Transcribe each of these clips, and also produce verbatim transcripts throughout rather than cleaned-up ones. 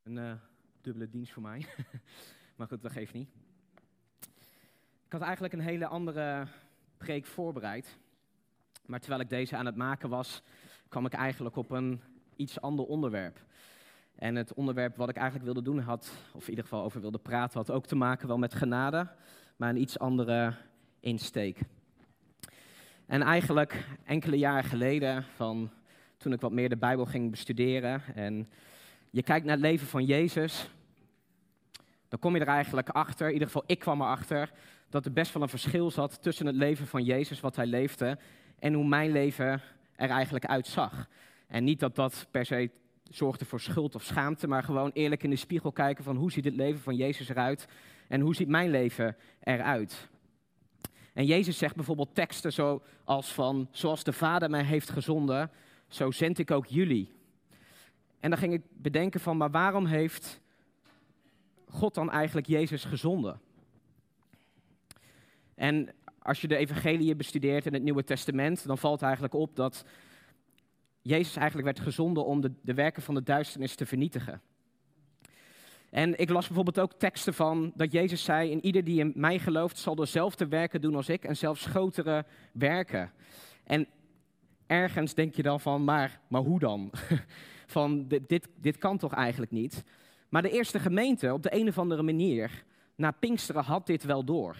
Een uh, dubbele dienst voor mij. Maar goed, dat geeft niet. Ik had eigenlijk een hele andere preek voorbereid. Maar terwijl ik deze aan het maken was, kwam ik eigenlijk op een iets ander onderwerp. En het onderwerp wat ik eigenlijk wilde doen had, of in ieder geval over wilde praten, had ook te maken wel met genade, maar een iets andere insteek. En eigenlijk enkele jaren geleden, van toen ik wat meer de Bijbel ging bestuderen en je kijkt naar het leven van Jezus, dan kom je er eigenlijk achter, in ieder geval ik kwam erachter, dat er best wel een verschil zat tussen het leven van Jezus, wat hij leefde, en hoe mijn leven er eigenlijk uitzag. En niet dat dat per se zorgde voor schuld of schaamte, maar gewoon eerlijk in de spiegel kijken van hoe ziet het leven van Jezus eruit en hoe ziet mijn leven eruit. En Jezus zegt bijvoorbeeld teksten zoals van, zoals de Vader mij heeft gezonden, zo zend ik ook jullie. En dan ging ik bedenken van, maar waarom heeft God dan eigenlijk Jezus gezonden? En als je de evangeliën bestudeert in het Nieuwe Testament, dan valt eigenlijk op dat Jezus eigenlijk werd gezonden om de, de werken van de duisternis te vernietigen. En ik las bijvoorbeeld ook teksten van dat Jezus zei, en ieder die in mij gelooft zal dezelfde werken doen als ik en zelfs grotere werken. En ergens denk je dan van, maar, maar hoe dan? Van dit, dit, dit kan toch eigenlijk niet? Maar de eerste gemeente op de een of andere manier, na Pinksteren, had dit wel door.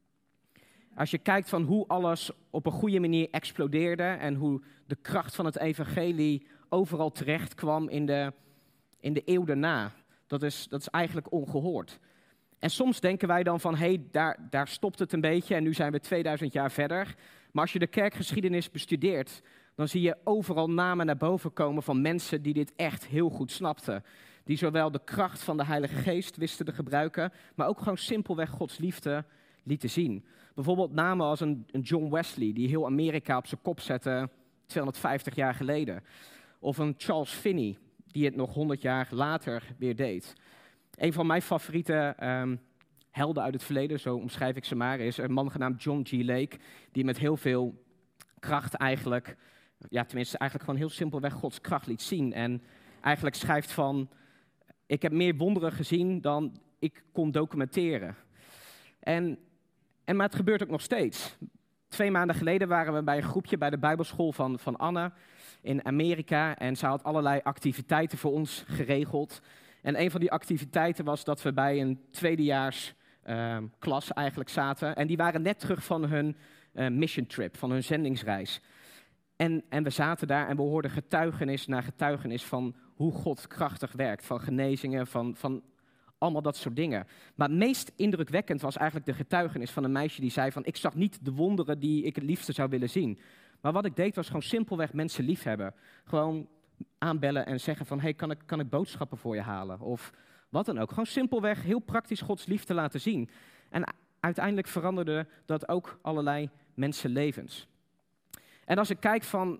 Als je kijkt van hoe alles op een goede manier explodeerde en hoe de kracht van het evangelie overal terecht kwam in de, in de eeuw daarna. Dat is, dat is eigenlijk ongehoord. En soms denken wij dan van, hé, hey, daar, daar stopt het een beetje en nu zijn we tweeduizend jaar verder. Maar als je de kerkgeschiedenis bestudeert, dan zie je overal namen naar boven komen van mensen die dit echt heel goed snapten. Die zowel de kracht van de Heilige Geest wisten te gebruiken, maar ook gewoon simpelweg Gods liefde lieten zien. Bijvoorbeeld namen als een, een John Wesley, die heel Amerika op zijn kop zette tweehonderdvijftig jaar geleden. Of een Charles Finney, die het nog honderd jaar later weer deed. Een van mijn favoriete um, helden uit het verleden, zo omschrijf ik ze maar, is een man genaamd John G. Lake, die met heel veel kracht eigenlijk, ja tenminste eigenlijk gewoon heel simpelweg Gods kracht liet zien. En eigenlijk schrijft van, ik heb meer wonderen gezien dan ik kon documenteren. En, en maar het gebeurt ook nog steeds. Twee maanden geleden waren we bij een groepje bij de Bijbelschool van, van Anne in Amerika. En ze had allerlei activiteiten voor ons geregeld. En een van die activiteiten was dat we bij een tweedejaars uh, klas eigenlijk zaten. En die waren net terug van hun uh, mission trip, van hun zendingsreis. En, en we zaten daar en we hoorden getuigenis na getuigenis van hoe God krachtig werkt. Van genezingen, van, van allemaal dat soort dingen. Maar het meest indrukwekkend was eigenlijk de getuigenis van een meisje die zei van, ik zag niet de wonderen die ik het liefste zou willen zien. Maar wat ik deed was gewoon simpelweg mensen liefhebben. Gewoon aanbellen en zeggen van, hey, kan ik, kan ik boodschappen voor je halen? Of wat dan ook. Gewoon simpelweg heel praktisch Gods liefde laten zien. En uiteindelijk veranderde dat ook allerlei mensenlevens. En als ik kijk van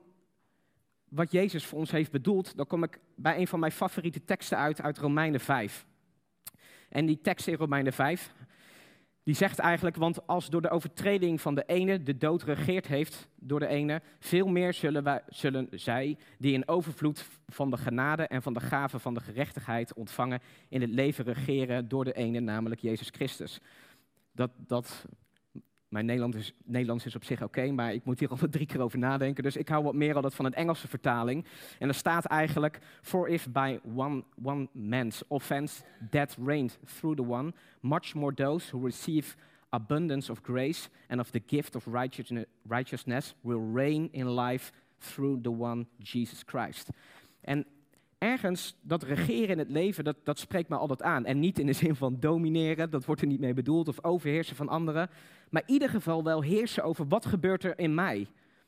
wat Jezus voor ons heeft bedoeld, dan kom ik bij een van mijn favoriete teksten uit, uit Romeinen vijf. En die tekst in Romeinen vijf, die zegt eigenlijk, want als door de overtreding van de ene de dood regeerd heeft door de ene, veel meer zullen, wij, zullen zij, die in overvloed van de genade en van de gave van de gerechtigheid ontvangen, in het leven regeren door de ene, namelijk Jezus Christus. Dat, dat, mijn Nederlands is, Nederlands is op zich oké, okay, maar ik moet hier al drie keer over nadenken, dus ik hou wat meer altijd van een Engelse vertaling. En er staat eigenlijk, for if by one, one man's offense death reigned through the one, much more those who receive abundance of grace and of the gift of righteousness will reign in life through the one Jesus Christ. En ergens, dat regeren in het leven, dat, dat spreekt me altijd aan. En niet in de zin van domineren, dat wordt er niet mee bedoeld, of overheersen van anderen. Maar in ieder geval wel heersen over wat gebeurt er in mij.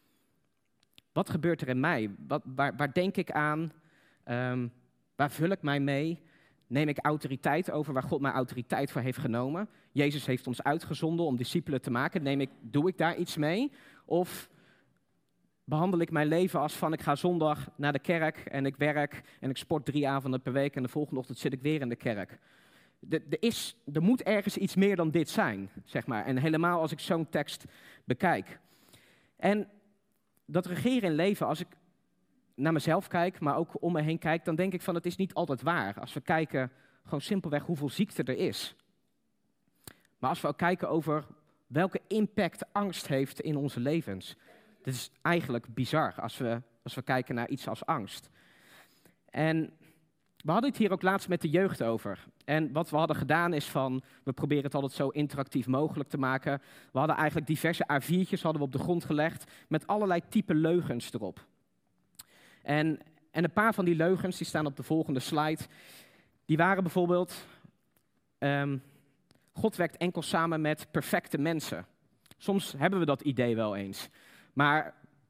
Wat gebeurt er in mij? Wat, waar, waar denk ik aan? Um, waar vul ik mij mee? Neem ik autoriteit over waar God mij autoriteit voor heeft genomen? Jezus heeft ons uitgezonden om discipelen te maken. Neem ik, doe ik daar iets mee? Of behandel ik mijn leven als van, ik ga zondag naar de kerk en ik werk en ik sport drie avonden per week en de volgende ochtend zit ik weer in de kerk. Er, er, is, er moet ergens iets meer dan dit zijn, zeg maar. En helemaal als ik zo'n tekst bekijk. En dat regeren in leven, als ik naar mezelf kijk, maar ook om me heen kijk, dan denk ik van het is niet altijd waar. Als we kijken gewoon simpelweg hoeveel ziekte er is. Maar als we ook kijken over welke impact angst heeft in onze levens. Dit is eigenlijk bizar als we, als we kijken naar iets als angst. En we hadden het hier ook laatst met de jeugd over. En wat we hadden gedaan is van, we proberen het altijd zo interactief mogelijk te maken. We hadden eigenlijk diverse A viertjes hadden we op de grond gelegd met allerlei type leugens erop. En, en een paar van die leugens, die staan op de volgende slide, die waren bijvoorbeeld, um, God werkt enkel samen met perfecte mensen. Soms hebben we dat idee wel eens, maar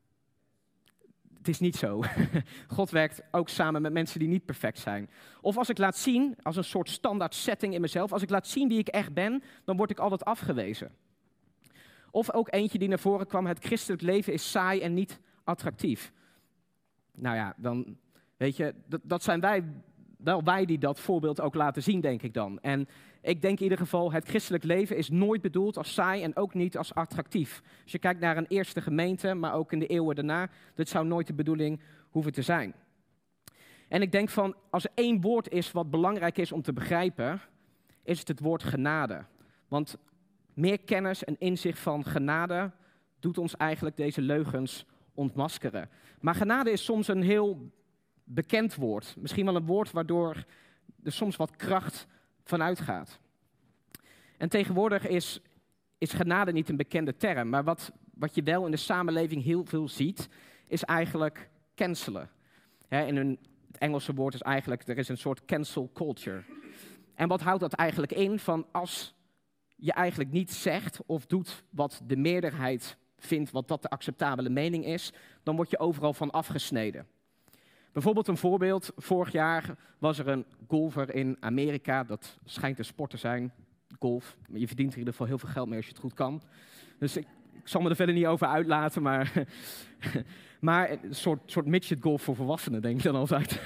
het is niet zo. God werkt ook samen met mensen die niet perfect zijn. Of als ik laat zien, als een soort standaard setting in mezelf, als ik laat zien wie ik echt ben, dan word ik altijd afgewezen. Of ook eentje die naar voren kwam, het christelijk leven is saai en niet attractief. Nou ja, dan weet je, dat, dat zijn wij, wel wij die dat voorbeeld ook laten zien, denk ik dan. En ik denk in ieder geval, het christelijk leven is nooit bedoeld als saai en ook niet als attractief. Als je kijkt naar een eerste gemeente, maar ook in de eeuwen daarna, dat zou nooit de bedoeling hoeven te zijn. En ik denk van, als er één woord is wat belangrijk is om te begrijpen, is het het woord genade. Want meer kennis en inzicht van genade doet ons eigenlijk deze leugens ontmaskeren. Maar genade is soms een heel bekend woord. Misschien wel een woord waardoor er soms wat kracht vanuit gaat. En tegenwoordig is, is genade niet een bekende term, maar wat, wat je wel in de samenleving heel veel ziet, is eigenlijk cancelen. He, in een, het Engelse woord is eigenlijk, er is een soort cancel culture. En wat houdt dat eigenlijk in? Van als je eigenlijk niet zegt of doet wat de meerderheid vindt, wat dat de acceptabele mening is, dan word je overal van afgesneden. Bijvoorbeeld een voorbeeld, vorig jaar was er een golfer in Amerika, dat schijnt een sport te zijn, golf. Je verdient er in ieder geval heel veel geld mee als je het goed kan. Dus ik, ik zal me er verder niet over uitlaten, maar, maar een soort, soort midget golf voor volwassenen, denk ik dan altijd.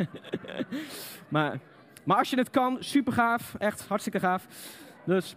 maar, maar als je het kan, super gaaf, echt hartstikke gaaf. Dus,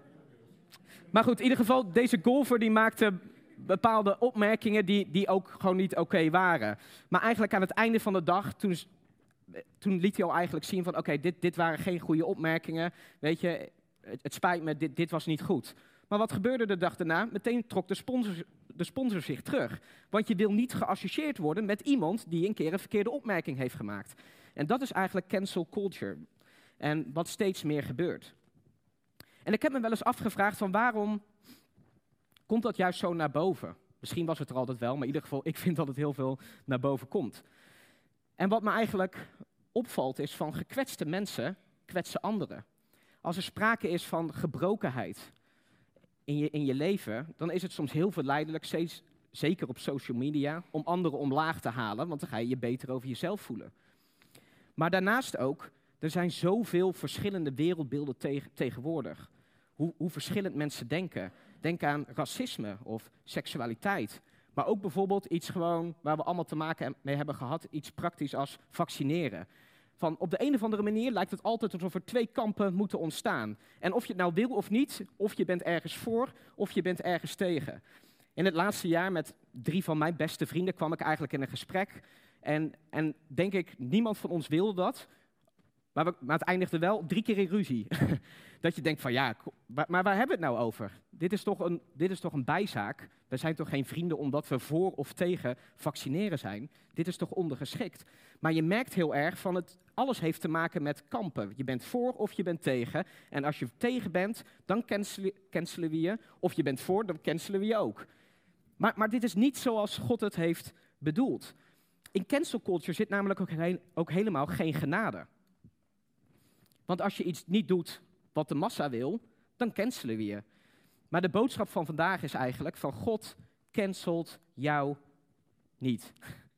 maar goed, in ieder geval, deze golfer die maakte bepaalde opmerkingen die, die ook gewoon niet oké okay waren. Maar eigenlijk aan het einde van de dag, toen, toen liet hij al eigenlijk zien van oké, okay, dit, dit waren geen goede opmerkingen. Weet je, het, het spijt me, dit, dit was niet goed. Maar wat gebeurde de dag daarna? Meteen trok de sponsor, de sponsor zich terug. Want je wil niet geassocieerd worden met iemand die een keer een verkeerde opmerking heeft gemaakt. En dat is eigenlijk cancel culture. En wat steeds meer gebeurt. En ik heb me wel eens afgevraagd van waarom komt dat juist zo naar boven? Misschien was het er altijd wel, maar in ieder geval, ik vind dat het heel veel naar boven komt. En wat me eigenlijk opvalt is van gekwetste mensen kwetsen anderen. Als er sprake is van gebrokenheid in je, in je leven, dan is het soms heel verleidelijk, steeds, zeker op social media, om anderen omlaag te halen, want dan ga je je beter over jezelf voelen. Maar daarnaast ook, er zijn zoveel verschillende wereldbeelden tegen, tegenwoordig. Hoe, hoe verschillend mensen denken. Denk aan racisme of seksualiteit. Maar ook bijvoorbeeld iets gewoon waar we allemaal te maken mee hebben gehad, iets praktisch als vaccineren. Van op de een of andere manier lijkt het altijd alsof er twee kampen moeten ontstaan. En of je het nou wil of niet, of je bent ergens voor, of je bent ergens tegen. In het laatste jaar met drie van mijn beste vrienden kwam ik eigenlijk in een gesprek. En, en denk ik, niemand van ons wilde dat. Maar, we, maar het eindigde wel drie keer in ruzie. Dat je denkt van ja, maar waar hebben we het nou over? Dit is toch een, dit is toch een bijzaak? We zijn toch geen vrienden omdat we voor of tegen vaccineren zijn? Dit is toch ondergeschikt? Maar je merkt heel erg van het, alles heeft te maken met kampen. Je bent voor of je bent tegen. En als je tegen bent, dan cancelen, cancelen we je. Of je bent voor, dan cancelen we je ook. Maar, maar dit is niet zoals God het heeft bedoeld. In cancel culture zit namelijk ook, he- ook helemaal geen genade. Want als je iets niet doet wat de massa wil, dan cancelen we je. Maar de boodschap van vandaag is eigenlijk van God cancelt jou niet.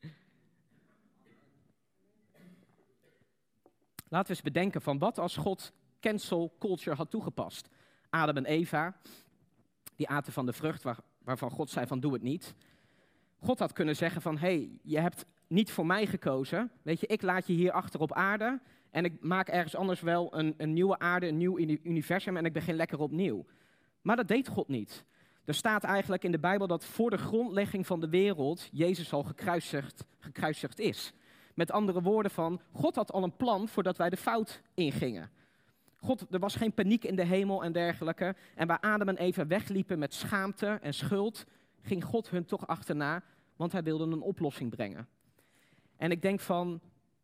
Laten we eens bedenken van wat als God cancel culture had toegepast. Adam en Eva, die aten van de vrucht waar, waarvan God zei van doe het niet. God had kunnen zeggen van hé, hey, je hebt niet voor mij gekozen. Weet je, ik laat je hier achter op aarde. En ik maak ergens anders wel een, een nieuwe aarde, een nieuw universum en ik begin lekker opnieuw. Maar dat deed God niet. Er staat eigenlijk in de Bijbel dat voor de grondlegging van de wereld Jezus al gekruisigd, gekruisigd is. Met andere woorden van, God had al een plan voordat wij de fout ingingen. God, er was geen paniek in de hemel en dergelijke. En waar Adam en Eva wegliepen met schaamte en schuld, ging God hun toch achterna, want hij wilde een oplossing brengen. En ik denk van,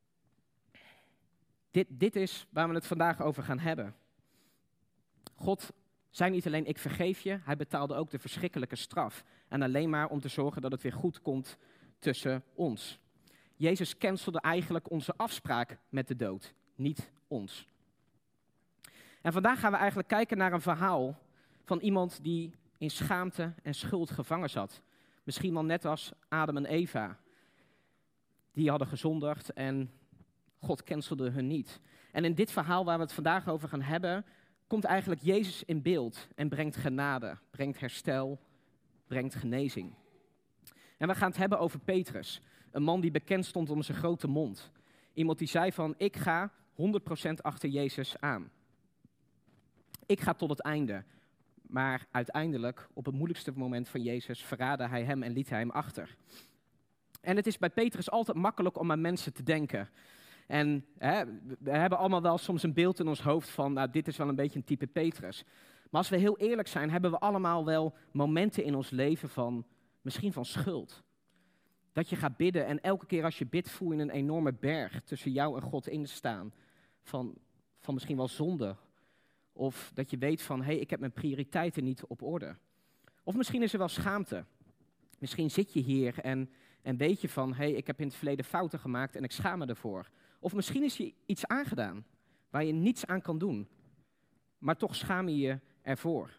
dit, dit is waar we het vandaag over gaan hebben. God zei niet alleen, ik vergeef je, hij betaalde ook de verschrikkelijke straf. En alleen maar om te zorgen dat het weer goed komt tussen ons. Jezus cancelde eigenlijk onze afspraak met de dood, niet ons. En vandaag gaan we eigenlijk kijken naar een verhaal van iemand die in schaamte en schuld gevangen zat. Misschien wel net als Adam en Eva. Die hadden gezondigd en God cancelde hun niet. En in dit verhaal waar we het vandaag over gaan hebben, komt eigenlijk Jezus in beeld en brengt genade, brengt herstel, brengt genezing. En we gaan het hebben over Petrus, een man die bekend stond om zijn grote mond. Iemand die zei van, ik ga honderd procent achter Jezus aan. Ik ga tot het einde. Maar uiteindelijk, op het moeilijkste moment van Jezus, verraadde hij hem en liet hij hem achter. En het is bij Petrus altijd makkelijk om aan mensen te denken. En hè, we hebben allemaal wel soms een beeld in ons hoofd van, nou, dit is wel een beetje een type Petrus. Maar als we heel eerlijk zijn, hebben we allemaal wel momenten in ons leven van, misschien van schuld. Dat je gaat bidden en elke keer als je bidt voel je een enorme berg tussen jou en God in te staan. Van, van misschien wel zonde. Of dat je weet van, hé, hey, ik heb mijn prioriteiten niet op orde. Of misschien is er wel schaamte. Misschien zit je hier en, en weet je van, hé, hey, ik heb in het verleden fouten gemaakt en ik schaam me ervoor. Of misschien is je iets aangedaan waar je niets aan kan doen. Maar toch schaam je je ervoor.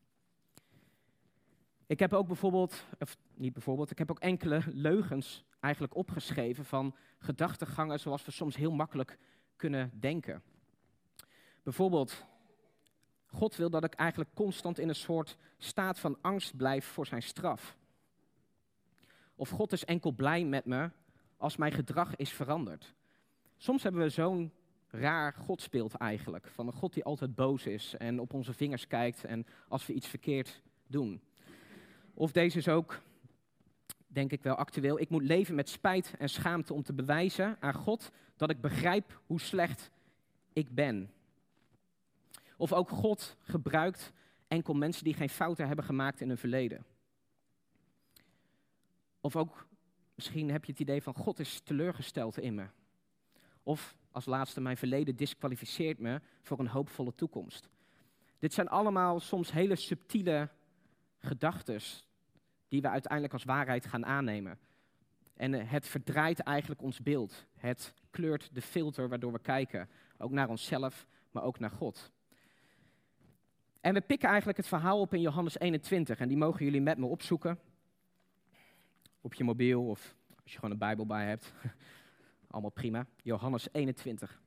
Ik heb ook bijvoorbeeld, of niet bijvoorbeeld, ik heb ook enkele leugens eigenlijk opgeschreven van gedachtegangen zoals we soms heel makkelijk kunnen denken. Bijvoorbeeld, God wil dat ik eigenlijk constant in een soort staat van angst blijf voor zijn straf. Of God is enkel blij met me als mijn gedrag is veranderd. Soms hebben we zo'n raar godsbeeld eigenlijk. Van een God die altijd boos is en op onze vingers kijkt en als we iets verkeerd doen. Of deze is ook, denk ik wel actueel. Ik moet leven met spijt en schaamte om te bewijzen aan God dat ik begrijp hoe slecht ik ben. Of ook God gebruikt enkel mensen die geen fouten hebben gemaakt in hun verleden. Of ook, misschien heb je het idee van God is teleurgesteld in me. Of als laatste, mijn verleden disqualificeert me voor een hoopvolle toekomst. Dit zijn allemaal soms hele subtiele gedachten die we uiteindelijk als waarheid gaan aannemen. En het verdraait eigenlijk ons beeld. Het kleurt de filter waardoor we kijken. Ook naar onszelf, maar ook naar God. En we pikken eigenlijk het verhaal op in Johannes eenentwintig. En die mogen jullie met me opzoeken. Op je mobiel of als je gewoon een Bijbel bij hebt. Allemaal prima. Johannes eenentwintig.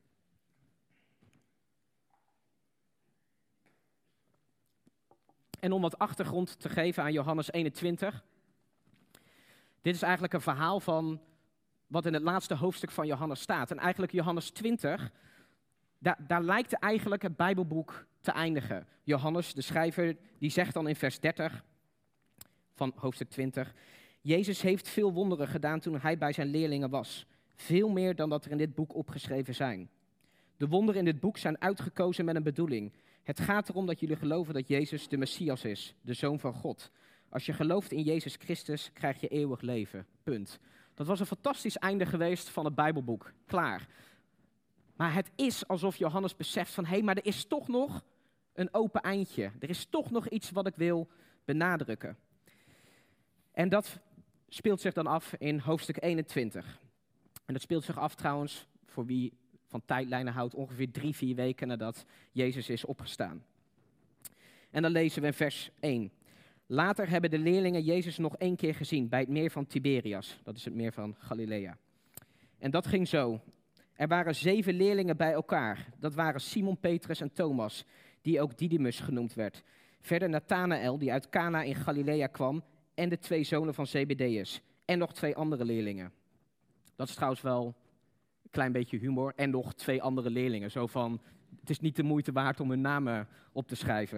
En om wat achtergrond te geven aan Johannes eenentwintig. Dit is eigenlijk een verhaal van wat in het laatste hoofdstuk van Johannes staat. En eigenlijk Johannes twintig, daar, daar lijkt eigenlijk het Bijbelboek te eindigen. Johannes, de schrijver, die zegt dan in vers dertig van hoofdstuk twintig. Jezus heeft veel wonderen gedaan toen hij bij zijn leerlingen was. Veel meer dan dat er in dit boek opgeschreven zijn. De wonderen in dit boek zijn uitgekozen met een bedoeling. Het gaat erom dat jullie geloven dat Jezus de Messias is, de Zoon van God. Als je gelooft in Jezus Christus, krijg je eeuwig leven. Punt. Dat was een fantastisch einde geweest van het Bijbelboek. Klaar. Maar het is alsof Johannes beseft van, hé, hey, maar er is toch nog een open eindje. Er is toch nog iets wat ik wil benadrukken. En dat speelt zich dan af in hoofdstuk eenentwintig. En dat speelt zich af trouwens, voor wie van tijdlijnen houdt, ongeveer drie, vier weken nadat Jezus is opgestaan. En dan lezen we in vers één. Later hebben de leerlingen Jezus nog één keer gezien bij het meer van Tiberias. Dat is het meer van Galilea. En dat ging zo. Er waren zeven leerlingen bij elkaar. Dat waren Simon, Petrus en Thomas, die ook Didymus genoemd werd. Verder Nathanael, die uit Cana in Galilea kwam, en de twee zonen van Zebedeus. En nog twee andere leerlingen. Dat is trouwens wel een klein beetje humor. En nog twee andere leerlingen. Zo van, het is niet de moeite waard om hun namen op te schrijven.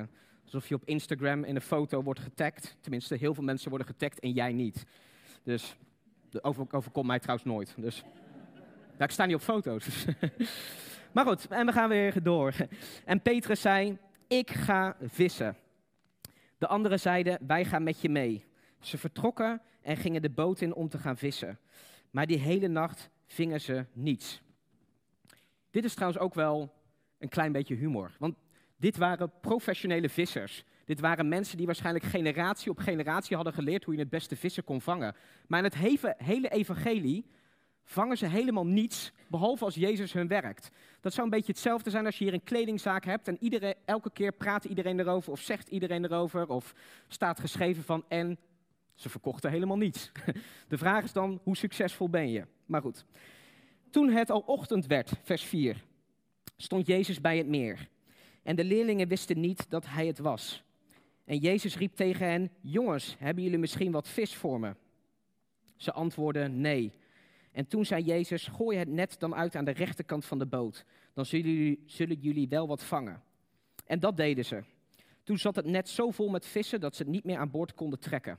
Alsof je op Instagram in een foto wordt getagd. Tenminste, heel veel mensen worden getagd en jij niet. Dus, dat over, overkomt mij trouwens nooit. Dus, ja, ik sta niet op foto's. Maar goed, en we gaan weer door. En Petrus zei, ik ga vissen. De anderen zeiden, wij gaan met je mee. Ze vertrokken en gingen de boot in om te gaan vissen. Maar die hele nacht vingen ze niets. Dit is trouwens ook wel een klein beetje humor. Want dit waren professionele vissers. Dit waren mensen die waarschijnlijk generatie op generatie hadden geleerd hoe je het beste vissen kon vangen. Maar in het hele, hele evangelie vangen ze helemaal niets, behalve als Jezus hun werkt. Dat zou een beetje hetzelfde zijn als je hier een kledingzaak hebt en iedereen, elke keer praat iedereen erover of zegt iedereen erover of staat geschreven van en ze verkochten helemaal niets. De vraag is dan, hoe succesvol ben je? Maar goed. Toen het al ochtend werd, vers vier, stond Jezus bij het meer. En de leerlingen wisten niet dat hij het was. En Jezus riep tegen hen, jongens, hebben jullie misschien wat vis voor me? Ze antwoordden, nee. En toen zei Jezus, gooi het net dan uit aan de rechterkant van de boot. Dan zullen jullie, zullen jullie wel wat vangen. En dat deden ze. Toen zat het net zo vol met vissen dat ze het niet meer aan boord konden trekken.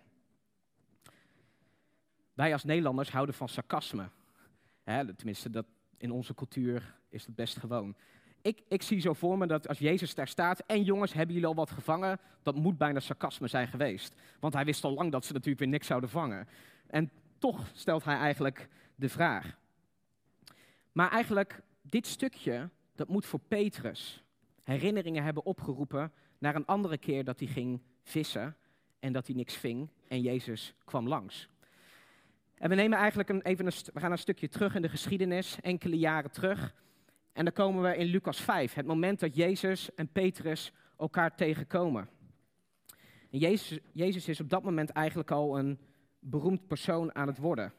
Wij als Nederlanders houden van sarcasme. Hè, tenminste, dat, in onze cultuur is dat best gewoon. Ik, ik zie zo voor me dat als Jezus daar staat, en jongens, hebben jullie al wat gevangen? Dat moet bijna sarcasme zijn geweest. Want hij wist al lang dat ze natuurlijk weer niks zouden vangen. En toch stelt hij eigenlijk de vraag. Maar eigenlijk, dit stukje, dat moet voor Petrus herinneringen hebben opgeroepen naar een andere keer dat hij ging vissen en dat hij niks ving en Jezus kwam langs. En we nemen eigenlijk een, even een, we gaan een stukje terug in de geschiedenis, enkele jaren terug. En dan komen we in Lucas vijf, het moment dat Jezus en Petrus elkaar tegenkomen. En Jezus, Jezus is op dat moment eigenlijk al een beroemd persoon aan het worden.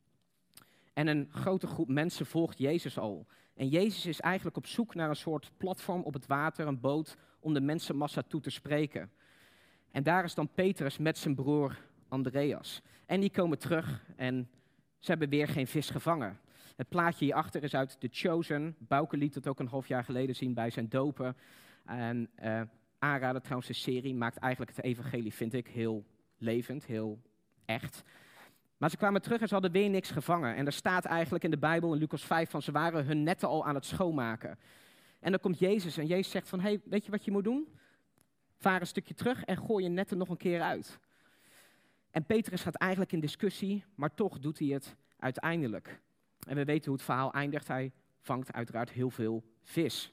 En een grote groep mensen volgt Jezus al. En Jezus is eigenlijk op zoek naar een soort platform op het water, een boot, om de mensenmassa toe te spreken. En daar is dan Petrus met zijn broer Andreas. En die komen terug en ze hebben weer geen vis gevangen. Het plaatje hierachter is uit The Chosen. Bouke liet het ook een half jaar geleden zien bij zijn dopen. En uh, aanraden trouwens, de serie maakt eigenlijk het evangelie, vind ik, heel levend, heel echt. Maar ze kwamen terug en ze hadden weer niks gevangen. En er staat eigenlijk in de Bijbel, in Lucas vijf, van ze waren hun netten al aan het schoonmaken. En dan komt Jezus en Jezus zegt van, hey, weet je wat je moet doen? Vaar een stukje terug en gooi je netten nog een keer uit. En Petrus gaat eigenlijk in discussie, maar toch doet hij het uiteindelijk. En we weten hoe het verhaal eindigt. Hij vangt uiteraard heel veel vis.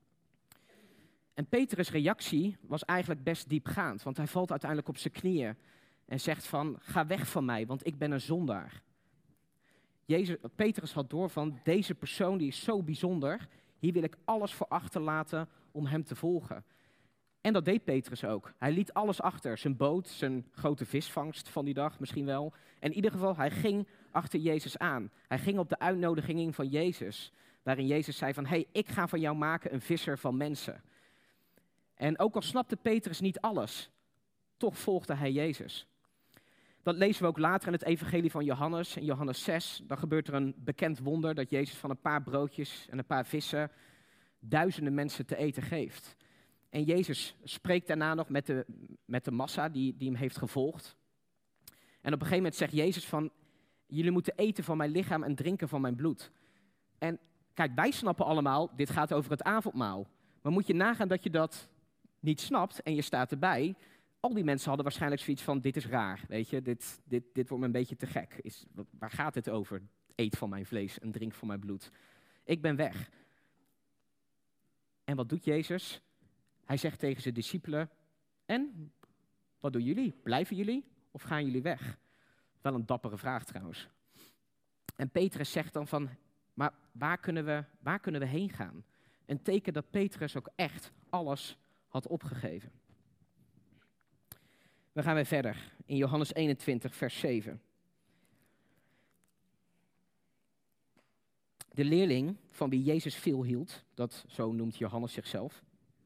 En Petrus' reactie was eigenlijk best diepgaand, want hij valt uiteindelijk op zijn knieën en zegt van, ga weg van mij, want ik ben een zondaar. Jezus, Petrus had door van, deze persoon die is zo bijzonder, hier wil ik alles voor achterlaten om hem te volgen. En dat deed Petrus ook. Hij liet alles achter, zijn boot, zijn grote visvangst van die dag misschien wel. En in ieder geval, hij ging achter Jezus aan. Hij ging op de uitnodiging van Jezus, waarin Jezus zei van, hey, ik ga van jou maken een visser van mensen. En ook al snapte Petrus niet alles, toch volgde hij Jezus. Dat lezen we ook later in het evangelie van Johannes, in Johannes zes. Dan gebeurt er een bekend wonder dat Jezus van een paar broodjes en een paar vissen duizenden mensen te eten geeft. En Jezus spreekt daarna nog met de, met de massa die, die hem heeft gevolgd. En op een gegeven moment zegt Jezus van, jullie moeten eten van mijn lichaam en drinken van mijn bloed. En kijk, wij snappen allemaal, dit gaat over het avondmaal. Maar moet je nagaan dat je dat niet snapt en je staat erbij. Al die mensen hadden waarschijnlijk zoiets van, dit is raar, weet je, dit, dit, dit wordt me een beetje te gek. Is, waar gaat het over? Eet van mijn vlees en drink van mijn bloed. Ik ben weg. En wat doet Jezus? Hij zegt tegen zijn discipelen, en, wat doen jullie? Blijven jullie of gaan jullie weg? Wel een dappere vraag trouwens. En Petrus zegt dan van, maar waar kunnen we, waar kunnen we heen gaan? Een teken dat Petrus ook echt alles had opgegeven. We gaan weer verder in Johannes eenentwintig, vers zeven. De leerling van wie Jezus veel hield, dat zo noemt Johannes zichzelf,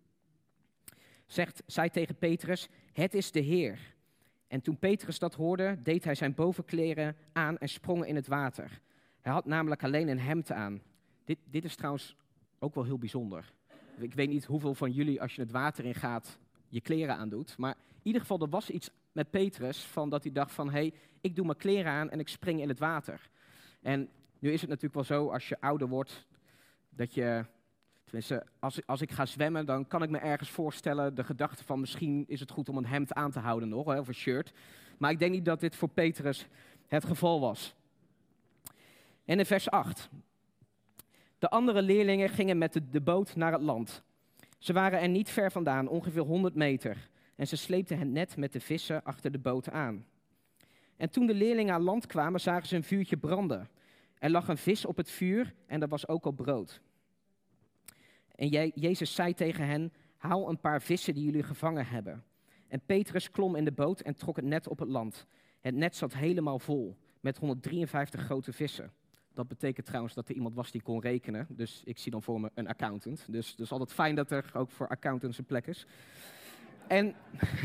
zegt, zei tegen Petrus, het is de Heer. En toen Petrus dat hoorde, deed hij zijn bovenkleren aan en sprong in het water. Hij had namelijk alleen een hemd aan. Dit, dit is trouwens ook wel heel bijzonder. Ik weet niet hoeveel van jullie, als je het water in gaat, je kleren aandoet. Maar in ieder geval, er was iets met Petrus van dat hij dacht van, hé, hey, ik doe mijn kleren aan en ik spring in het water. En nu is het natuurlijk wel zo, als je ouder wordt, dat je, tenminste, als, als ik ga zwemmen, dan kan ik me ergens voorstellen, de gedachte van misschien is het goed om een hemd aan te houden nog, hè, of een shirt. Maar ik denk niet dat dit voor Petrus het geval was. En in vers acht. De andere leerlingen gingen met de, de boot naar het land. Ze waren er niet ver vandaan, ongeveer honderd meter. En ze sleepten het net met de vissen achter de boot aan. En toen de leerlingen aan land kwamen, zagen ze een vuurtje branden. Er lag een vis op het vuur en er was ook al brood. En Je- Jezus zei tegen hen, haal een paar vissen die jullie gevangen hebben. En Petrus klom in de boot en trok het net op het land. Het net zat helemaal vol, met honderddrieënvijftig grote vissen. Dat betekent trouwens dat er iemand was die kon rekenen. Dus ik zie dan voor me een accountant. Dus het is altijd fijn dat er ook voor accountants een plek is. En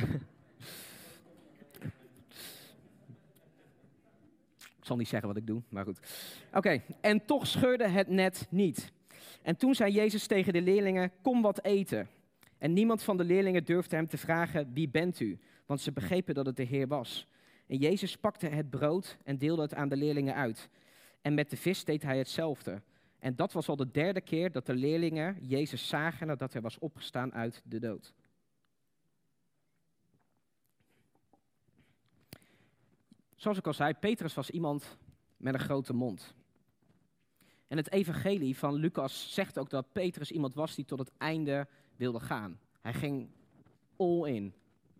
ik zal niet zeggen wat ik doe, maar goed. Oké, okay. En toch scheurde het net niet. En toen zei Jezus tegen de leerlingen, kom wat eten. En niemand van de leerlingen durfde hem te vragen, wie bent u? Want ze begrepen dat het de Heer was. En Jezus pakte het brood en deelde het aan de leerlingen uit. En met de vis deed hij hetzelfde. En dat was al de derde keer dat de leerlingen Jezus zagen nadat hij was opgestaan uit de dood. Zoals ik al zei, Petrus was iemand met een grote mond. En het evangelie van Lucas zegt ook dat Petrus iemand was die tot het einde wilde gaan. Hij ging all in.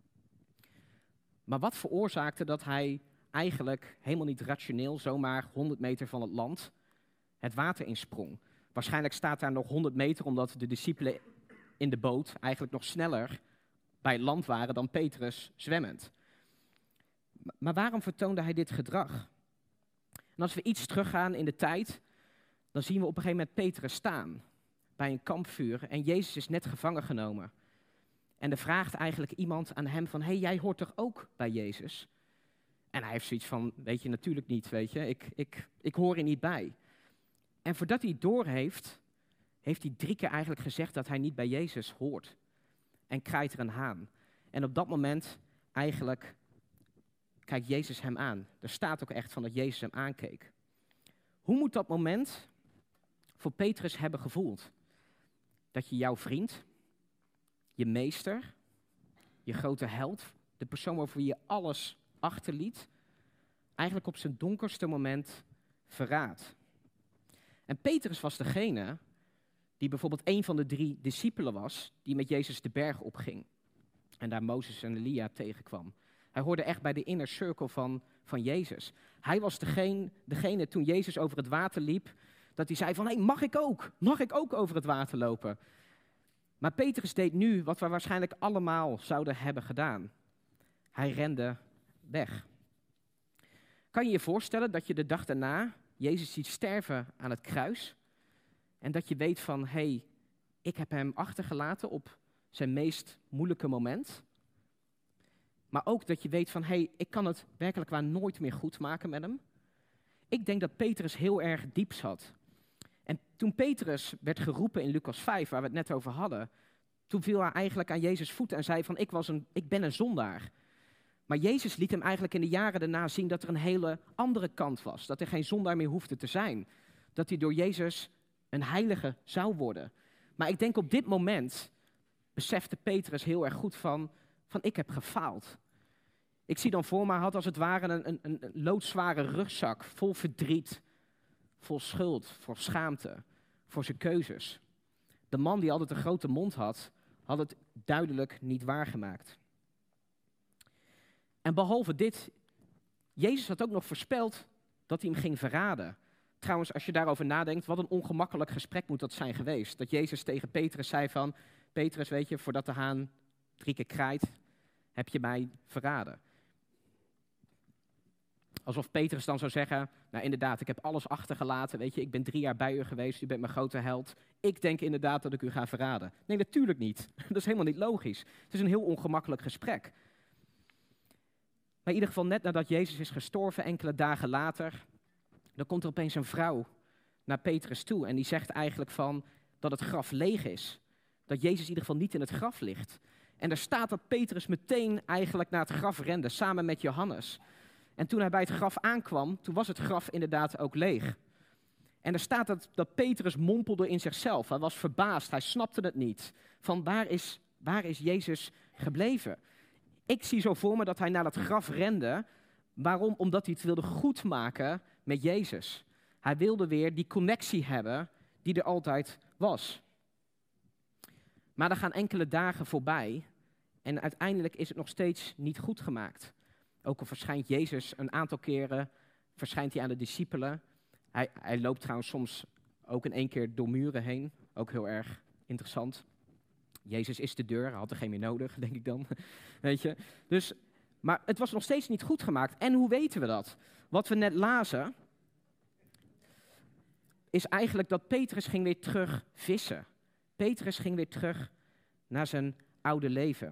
Maar wat veroorzaakte dat hij eigenlijk helemaal niet rationeel zomaar honderd meter van het land het water insprong? Waarschijnlijk staat daar nog honderd meter omdat de discipelen in de boot eigenlijk nog sneller bij het land waren dan Petrus zwemmend. Maar waarom vertoonde hij dit gedrag? En als we iets teruggaan in de tijd, dan zien we op een gegeven moment Petrus staan bij een kampvuur en Jezus is net gevangen genomen. En er vraagt eigenlijk iemand aan hem van, hé, hey, jij hoort toch ook bij Jezus? En hij heeft zoiets van, weet je, natuurlijk niet, weet je, ik, ik, ik hoor er niet bij. En voordat hij het doorheeft, heeft hij drie keer eigenlijk gezegd dat hij niet bij Jezus hoort. En kraait er een haan. En op dat moment eigenlijk kijkt Jezus hem aan. Er staat ook echt van dat Jezus hem aankeek. Hoe moet dat moment voor Petrus hebben gevoeld? Dat je jouw vriend, je meester, je grote held, de persoon waarvoor wie je alles achterliet, eigenlijk op zijn donkerste moment verraadt. En Petrus was degene die bijvoorbeeld een van de drie discipelen was, die met Jezus de berg opging. En daar Mozes en Elia tegenkwam. Hij hoorde echt bij de inner circle van, van Jezus. Hij was degene, degene toen Jezus over het water liep, dat hij zei van, hé, hey, mag ik ook? Mag ik ook over het water lopen? Maar Petrus deed nu wat we waarschijnlijk allemaal zouden hebben gedaan. Hij rende weg. Kan je je voorstellen dat je de dag daarna Jezus ziet sterven aan het kruis en dat je weet van, hé, hey, ik heb hem achtergelaten op zijn meest moeilijke moment. Maar ook dat je weet van, hé, hey, ik kan het werkelijk waar nooit meer goed maken met hem. Ik denk dat Petrus heel erg diep zat. En toen Petrus werd geroepen in Lucas vijf, waar we het net over hadden, toen viel hij eigenlijk aan Jezus' voeten en zei van, ik, was een, ik ben een zondaar. Maar Jezus liet hem eigenlijk in de jaren daarna zien dat er een hele andere kant was. Dat er geen zondaar meer hoefde te zijn. Dat hij door Jezus een heilige zou worden. Maar ik denk op dit moment besefte Petrus heel erg goed van, van ik heb gefaald. Ik zie dan voor me, hij had als het ware een, een, een loodzware rugzak vol verdriet, vol schuld, vol schaamte, voor zijn keuzes. De man die altijd een grote mond had, had het duidelijk niet waargemaakt. En behalve dit, Jezus had ook nog voorspeld dat hij hem ging verraden. Trouwens, als je daarover nadenkt, wat een ongemakkelijk gesprek moet dat zijn geweest. Dat Jezus tegen Petrus zei van, Petrus, weet je, voordat de haan drie keer kraait, heb je mij verraden. Alsof Petrus dan zou zeggen, nou inderdaad, ik heb alles achtergelaten, weet je, ik ben drie jaar bij u geweest, u bent mijn grote held. Ik denk inderdaad dat ik u ga verraden. Nee, natuurlijk niet. Dat is helemaal niet logisch. Het is een heel ongemakkelijk gesprek. Maar in ieder geval net nadat Jezus is gestorven, enkele dagen later, dan komt er opeens een vrouw naar Petrus toe en die zegt eigenlijk van dat het graf leeg is. Dat Jezus in ieder geval niet in het graf ligt. En er staat dat Petrus meteen eigenlijk naar het graf rende, samen met Johannes. En toen hij bij het graf aankwam, toen was het graf inderdaad ook leeg. En er staat dat, dat Petrus mompelde in zichzelf. Hij was verbaasd, hij snapte het niet. Van waar is, waar is Jezus gebleven? Ik zie zo voor me dat hij naar dat graf rende. Waarom? Omdat hij het wilde goedmaken met Jezus. Hij wilde weer die connectie hebben die er altijd was. Maar er gaan enkele dagen voorbij en uiteindelijk is het nog steeds niet goed gemaakt. Ook al verschijnt Jezus een aantal keren, verschijnt hij aan de discipelen. Hij, hij loopt trouwens soms ook in één keer door muren heen, ook heel erg interessant. Jezus is de deur, hij had er geen meer nodig, denk ik dan. Weet je? Dus, maar het was nog steeds niet goed gemaakt. En hoe weten we dat? Wat we net lazen, is eigenlijk dat Petrus ging weer terug vissen. Petrus ging weer terug naar zijn oude leven.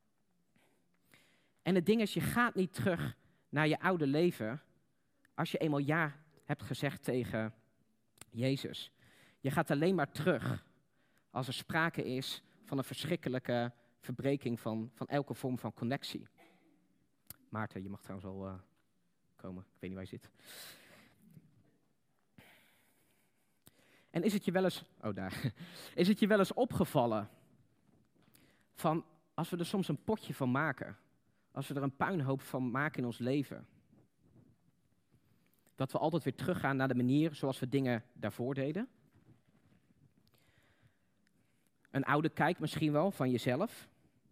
En het ding is, je gaat niet terug naar je oude leven als je eenmaal ja hebt gezegd tegen Jezus. Je gaat alleen maar terug als er sprake is van een verschrikkelijke verbreking van, van elke vorm van connectie. Maarten, je mag trouwens al uh, komen. Ik weet niet waar je zit. En is het je wel eens, oh daar, is het je wel eens opgevallen van als we er soms een potje van maken, als we er een puinhoop van maken in ons leven, dat we altijd weer teruggaan naar de manier zoals we dingen daarvoor deden? Een oude kijk misschien wel van jezelf.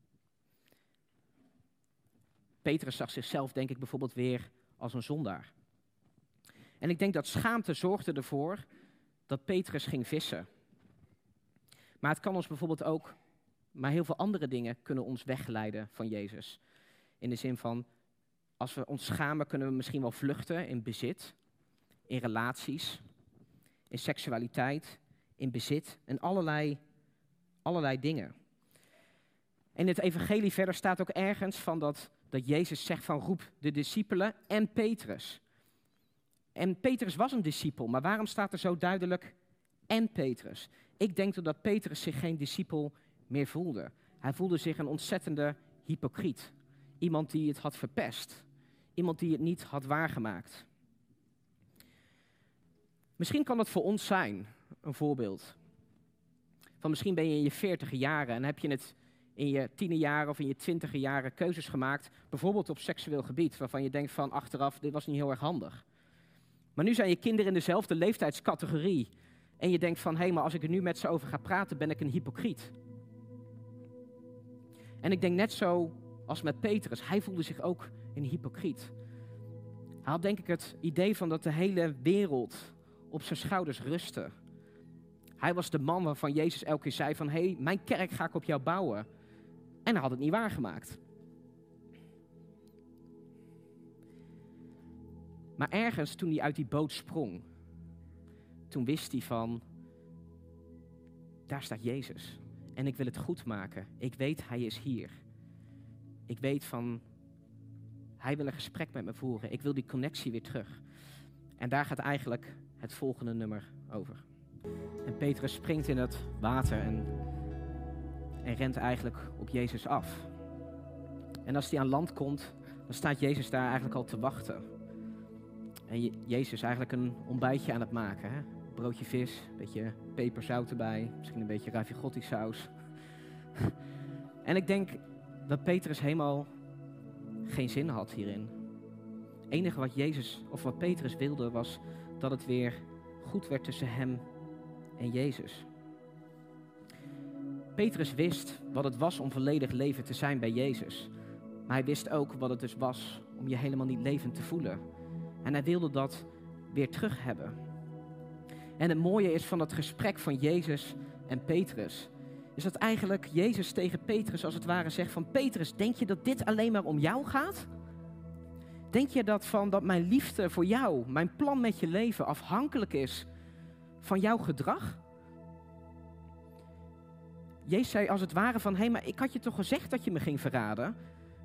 Petrus zag zichzelf denk ik bijvoorbeeld weer als een zondaar. En ik denk dat schaamte zorgde ervoor dat Petrus ging vissen. Maar het kan ons bijvoorbeeld ook, maar heel veel andere dingen kunnen ons wegleiden van Jezus. In de zin van, als we ons schamen kunnen we misschien wel vluchten in bezit, in relaties, in seksualiteit, in bezit en allerlei, allerlei dingen. In het evangelie verder staat ook ergens van dat, dat Jezus zegt van roep de discipelen en Petrus. En Petrus was een discipel, maar waarom staat er zo duidelijk en Petrus? Ik denk dat Petrus zich geen discipel meer voelde. Hij voelde zich een ontzettende hypocriet. Iemand die het had verpest. Iemand die het niet had waargemaakt. Misschien kan dat voor ons zijn, een voorbeeld. Van misschien ben je in je veertige jaren en heb je het in je tienerjaren of in je twintige jaren keuzes gemaakt, bijvoorbeeld op seksueel gebied, waarvan je denkt van achteraf, dit was niet heel erg handig. Maar nu zijn je kinderen in dezelfde leeftijdscategorie en je denkt van, hé, hey, maar als ik er nu met ze over ga praten, ben ik een hypocriet. En ik denk net zo als met Petrus, hij voelde zich ook een hypocriet. Hij had denk ik het idee van dat de hele wereld op zijn schouders rustte. Hij was de man waarvan Jezus elke keer zei van, hé, hey, mijn kerk ga ik op jou bouwen. En hij had het niet waargemaakt. Maar ergens toen hij uit die boot sprong, toen wist hij van, daar staat Jezus. En ik wil het goed maken. Ik weet, hij is hier. Ik weet van, hij wil een gesprek met me voeren. Ik wil die connectie weer terug. En daar gaat eigenlijk het volgende nummer over. En Petrus springt in het water en, en rent eigenlijk op Jezus af. En als hij aan land komt, dan staat Jezus daar eigenlijk al te wachten. En Je- Jezus is eigenlijk een ontbijtje aan het maken. Hè? Broodje vis, een beetje peperzout erbij, misschien een beetje ravigotti saus. En ik denk dat Petrus helemaal geen zin had hierin. Het enige wat Jezus, of wat Petrus wilde, was dat het weer goed werd tussen hem en Jezus. Petrus wist wat het was om volledig leven te zijn bij Jezus. Maar hij wist ook wat het dus was om je helemaal niet levend te voelen. En hij wilde dat weer terug hebben. En het mooie is van dat gesprek van Jezus en Petrus, is dat eigenlijk Jezus tegen Petrus als het ware zegt van, Petrus, denk je dat dit alleen maar om jou gaat? Denk je dat, van, dat mijn liefde voor jou, mijn plan met je leven afhankelijk is van jouw gedrag? Jezus zei als het ware van, hé, hey, maar ik had je toch gezegd dat je me ging verraden?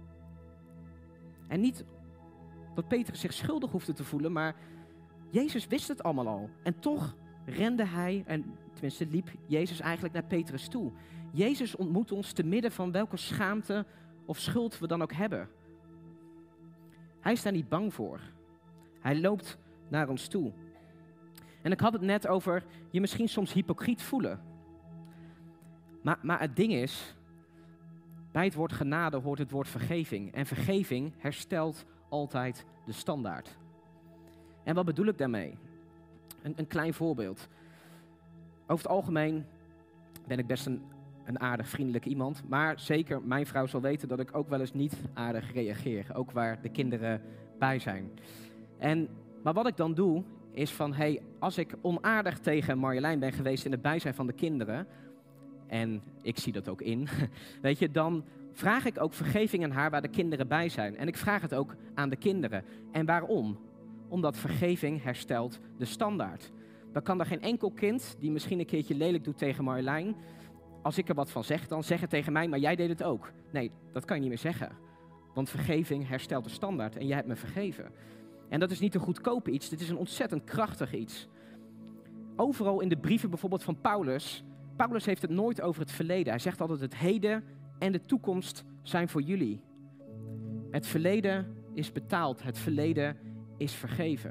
En niet dat Petrus zich schuldig hoefde te voelen, maar Jezus wist het allemaal al. En toch rende hij, en tenminste liep Jezus eigenlijk naar Petrus toe. Jezus ontmoet ons te midden van welke schaamte of schuld we dan ook hebben. Hij is daar niet bang voor. Hij loopt naar ons toe. En ik had het net over je misschien soms hypocriet voelen. Maar, maar het ding is, bij het woord genade hoort het woord vergeving. En vergeving herstelt altijd de standaard. En wat bedoel ik daarmee? Een, een klein voorbeeld. Over het algemeen ben ik best een, een aardig, vriendelijk iemand. Maar zeker mijn vrouw zal weten dat ik ook wel eens niet aardig reageer. Ook waar de kinderen bij zijn. En, maar wat ik dan doe, is van, hey, als ik onaardig tegen Marjolein ben geweest in het bijzijn van de kinderen, en ik zie dat ook in, weet je, dan vraag ik ook vergeving aan haar waar de kinderen bij zijn. En ik vraag het ook aan de kinderen. En waarom? Omdat vergeving herstelt de standaard. Dan kan er geen enkel kind die misschien een keertje lelijk doet tegen Marjolein, als ik er wat van zeg, dan zeg het tegen mij, maar jij deed het ook. Nee, dat kan je niet meer zeggen. Want vergeving herstelt de standaard en jij hebt me vergeven. En dat is niet een goedkoop iets, dit is een ontzettend krachtig iets. Overal in de brieven bijvoorbeeld van Paulus, Paulus heeft het nooit over het verleden. Hij zegt altijd het heden en de toekomst zijn voor jullie. Het verleden is betaald, het verleden is vergeven.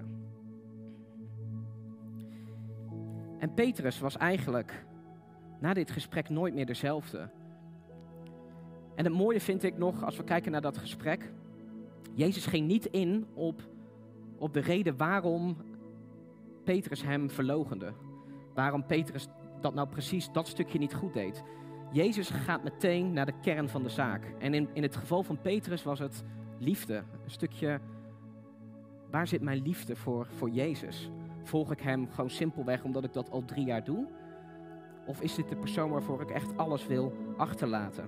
En Petrus was eigenlijk na dit gesprek nooit meer dezelfde. En het mooie vind ik nog, als we kijken naar dat gesprek, Jezus ging niet in op, op de reden waarom Petrus hem verloochende. Waarom Petrus dat nou precies dat stukje niet goed deed. Jezus gaat meteen naar de kern van de zaak. En in, in het geval van Petrus was het liefde. Een stukje, waar zit mijn liefde voor, voor Jezus? Volg ik hem gewoon simpelweg omdat ik dat al drie jaar doe? Of is dit de persoon waarvoor ik echt alles wil achterlaten?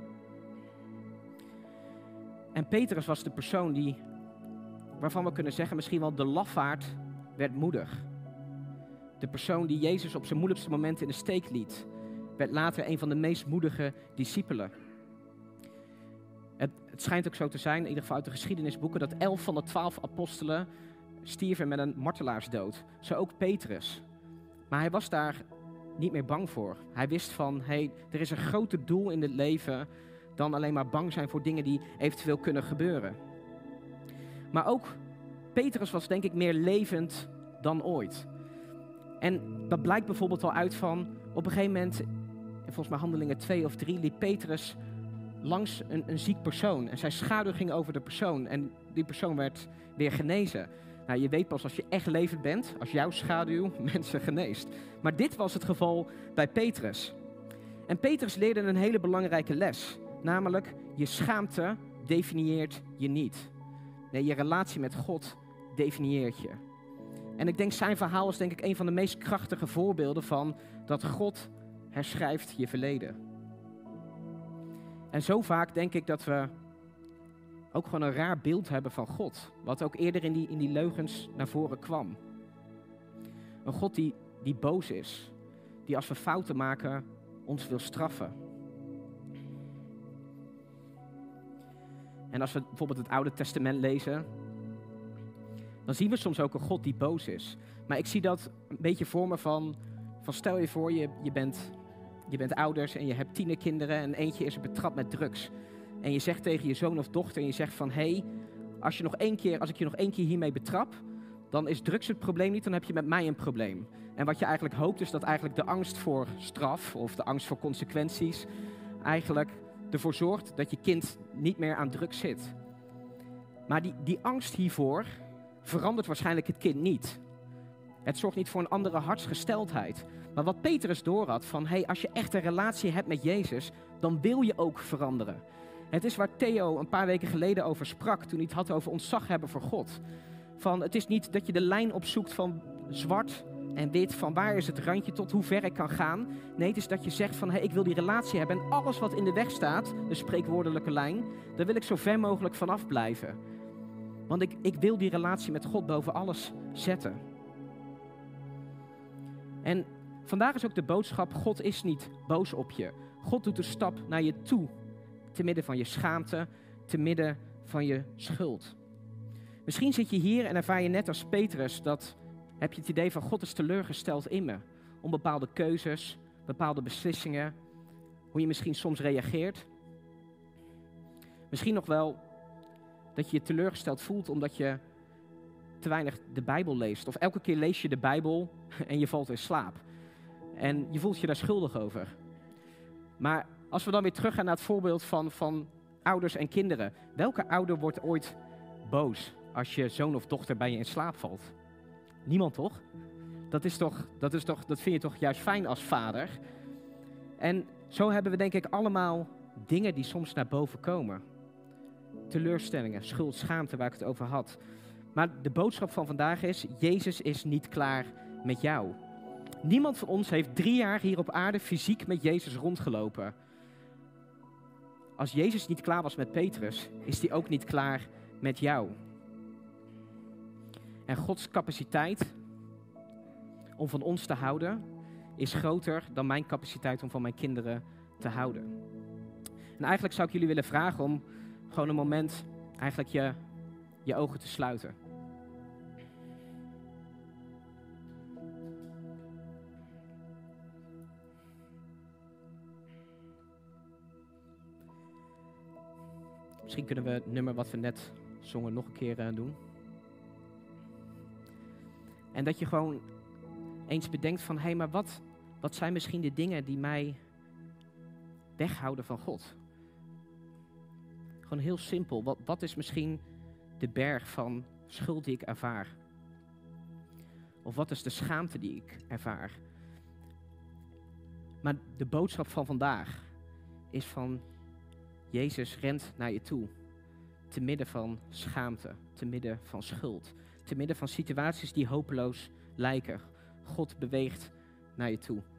En Petrus was de persoon die, waarvan we kunnen zeggen, misschien wel de lafaard werd moedig. De persoon die Jezus op zijn moeilijkste momenten in de steek liet, werd later een van de meest moedige discipelen. Het, het schijnt ook zo te zijn, in ieder geval uit de geschiedenisboeken, dat elf van de twaalf apostelen stierven met een martelaarsdood. Zo ook Petrus. Maar hij was daar niet meer bang voor. Hij wist van, hé, hey, er is een groter doel in het leven dan alleen maar bang zijn voor dingen die eventueel kunnen gebeuren. Maar ook Petrus was denk ik meer levend dan ooit. En dat blijkt bijvoorbeeld al uit van, op een gegeven moment, volgens mij Handelingen twee of drie, liep Petrus langs een, een ziek persoon. En zijn schaduw ging over de persoon en die persoon werd weer genezen. Nou, je weet pas als je echt levend bent, als jouw schaduw mensen geneest. Maar dit was het geval bij Petrus. En Petrus leerde een hele belangrijke les. Namelijk, je schaamte definieert je niet. Nee, je relatie met God definieert je. En ik denk, zijn verhaal is denk ik een van de meest krachtige voorbeelden van dat God herschrijft je verleden. En zo vaak denk ik dat we ook gewoon een raar beeld hebben van God. Wat ook eerder in die, in die leugens naar voren kwam. Een God die, die boos is. Die als we fouten maken ons wil straffen. En als we bijvoorbeeld het Oude Testament lezen, dan zien we soms ook een God die boos is. Maar ik zie dat een beetje voor me van, van stel je voor, je, je, bent, je bent ouders en je hebt tienerkinderen en eentje is betrapt met drugs. En je zegt tegen je zoon of dochter en je zegt van, hé, hey, als, je nog één keer, als ik je nog één keer hiermee betrap, dan is drugs het probleem niet, dan heb je met mij een probleem. En wat je eigenlijk hoopt is dat eigenlijk de angst voor straf of de angst voor consequenties eigenlijk ervoor zorgt dat je kind niet meer aan drugs zit. Maar die, die angst hiervoor verandert waarschijnlijk het kind niet. Het zorgt niet voor een andere hartsgesteldheid. Maar wat Petrus doorhad van, hey, als je echt een relatie hebt met Jezus, dan wil je ook veranderen. Het is waar Theo een paar weken geleden over sprak, toen hij het had over ontzag hebben voor God. Van, het is niet dat je de lijn opzoekt van zwart en wit, van waar is het randje tot hoe ver ik kan gaan. Nee, het is dat je zegt van, hey, ik wil die relatie hebben en alles wat in de weg staat, de spreekwoordelijke lijn, daar wil ik zo ver mogelijk vanaf blijven. Want ik, ik wil die relatie met God boven alles zetten. En vandaag is ook de boodschap, God is niet boos op je. God doet een stap naar je toe, te midden van je schaamte, te midden van je schuld. Misschien zit je hier en ervaar je net als Petrus dat heb je het idee van God is teleurgesteld in me. Om bepaalde keuzes, bepaalde beslissingen, hoe je misschien soms reageert. Misschien nog wel dat je je teleurgesteld voelt omdat je te weinig de Bijbel leest. Of elke keer lees je de Bijbel en je valt in slaap. En je voelt je daar schuldig over. Maar als we dan weer teruggaan naar het voorbeeld van, van ouders en kinderen. Welke ouder wordt ooit boos als je zoon of dochter bij je in slaap valt? Niemand, toch? Dat is toch, dat is toch, dat vind je toch juist fijn als vader? En zo hebben we denk ik allemaal dingen die soms naar boven komen. Teleurstellingen, schuld, schaamte waar ik het over had. Maar de boodschap van vandaag is, Jezus is niet klaar met jou. Niemand van ons heeft drie jaar hier op aarde fysiek met Jezus rondgelopen. Als Jezus niet klaar was met Petrus, is hij ook niet klaar met jou. En Gods capaciteit om van ons te houden, is groter dan mijn capaciteit om van mijn kinderen te houden. En eigenlijk zou ik jullie willen vragen om gewoon een moment eigenlijk je, je ogen te sluiten. Misschien kunnen we het nummer wat we net zongen nog een keer uh, doen. En dat je gewoon eens bedenkt van, hé, hey, maar wat, wat zijn misschien de dingen die mij weghouden van God? Gewoon heel simpel. Wat, wat is misschien de berg van schuld die ik ervaar? Of wat is de schaamte die ik ervaar? Maar de boodschap van vandaag is van, Jezus rent naar je toe. Te midden van schaamte, te midden van schuld. Te midden van situaties die hopeloos lijken. God beweegt naar je toe.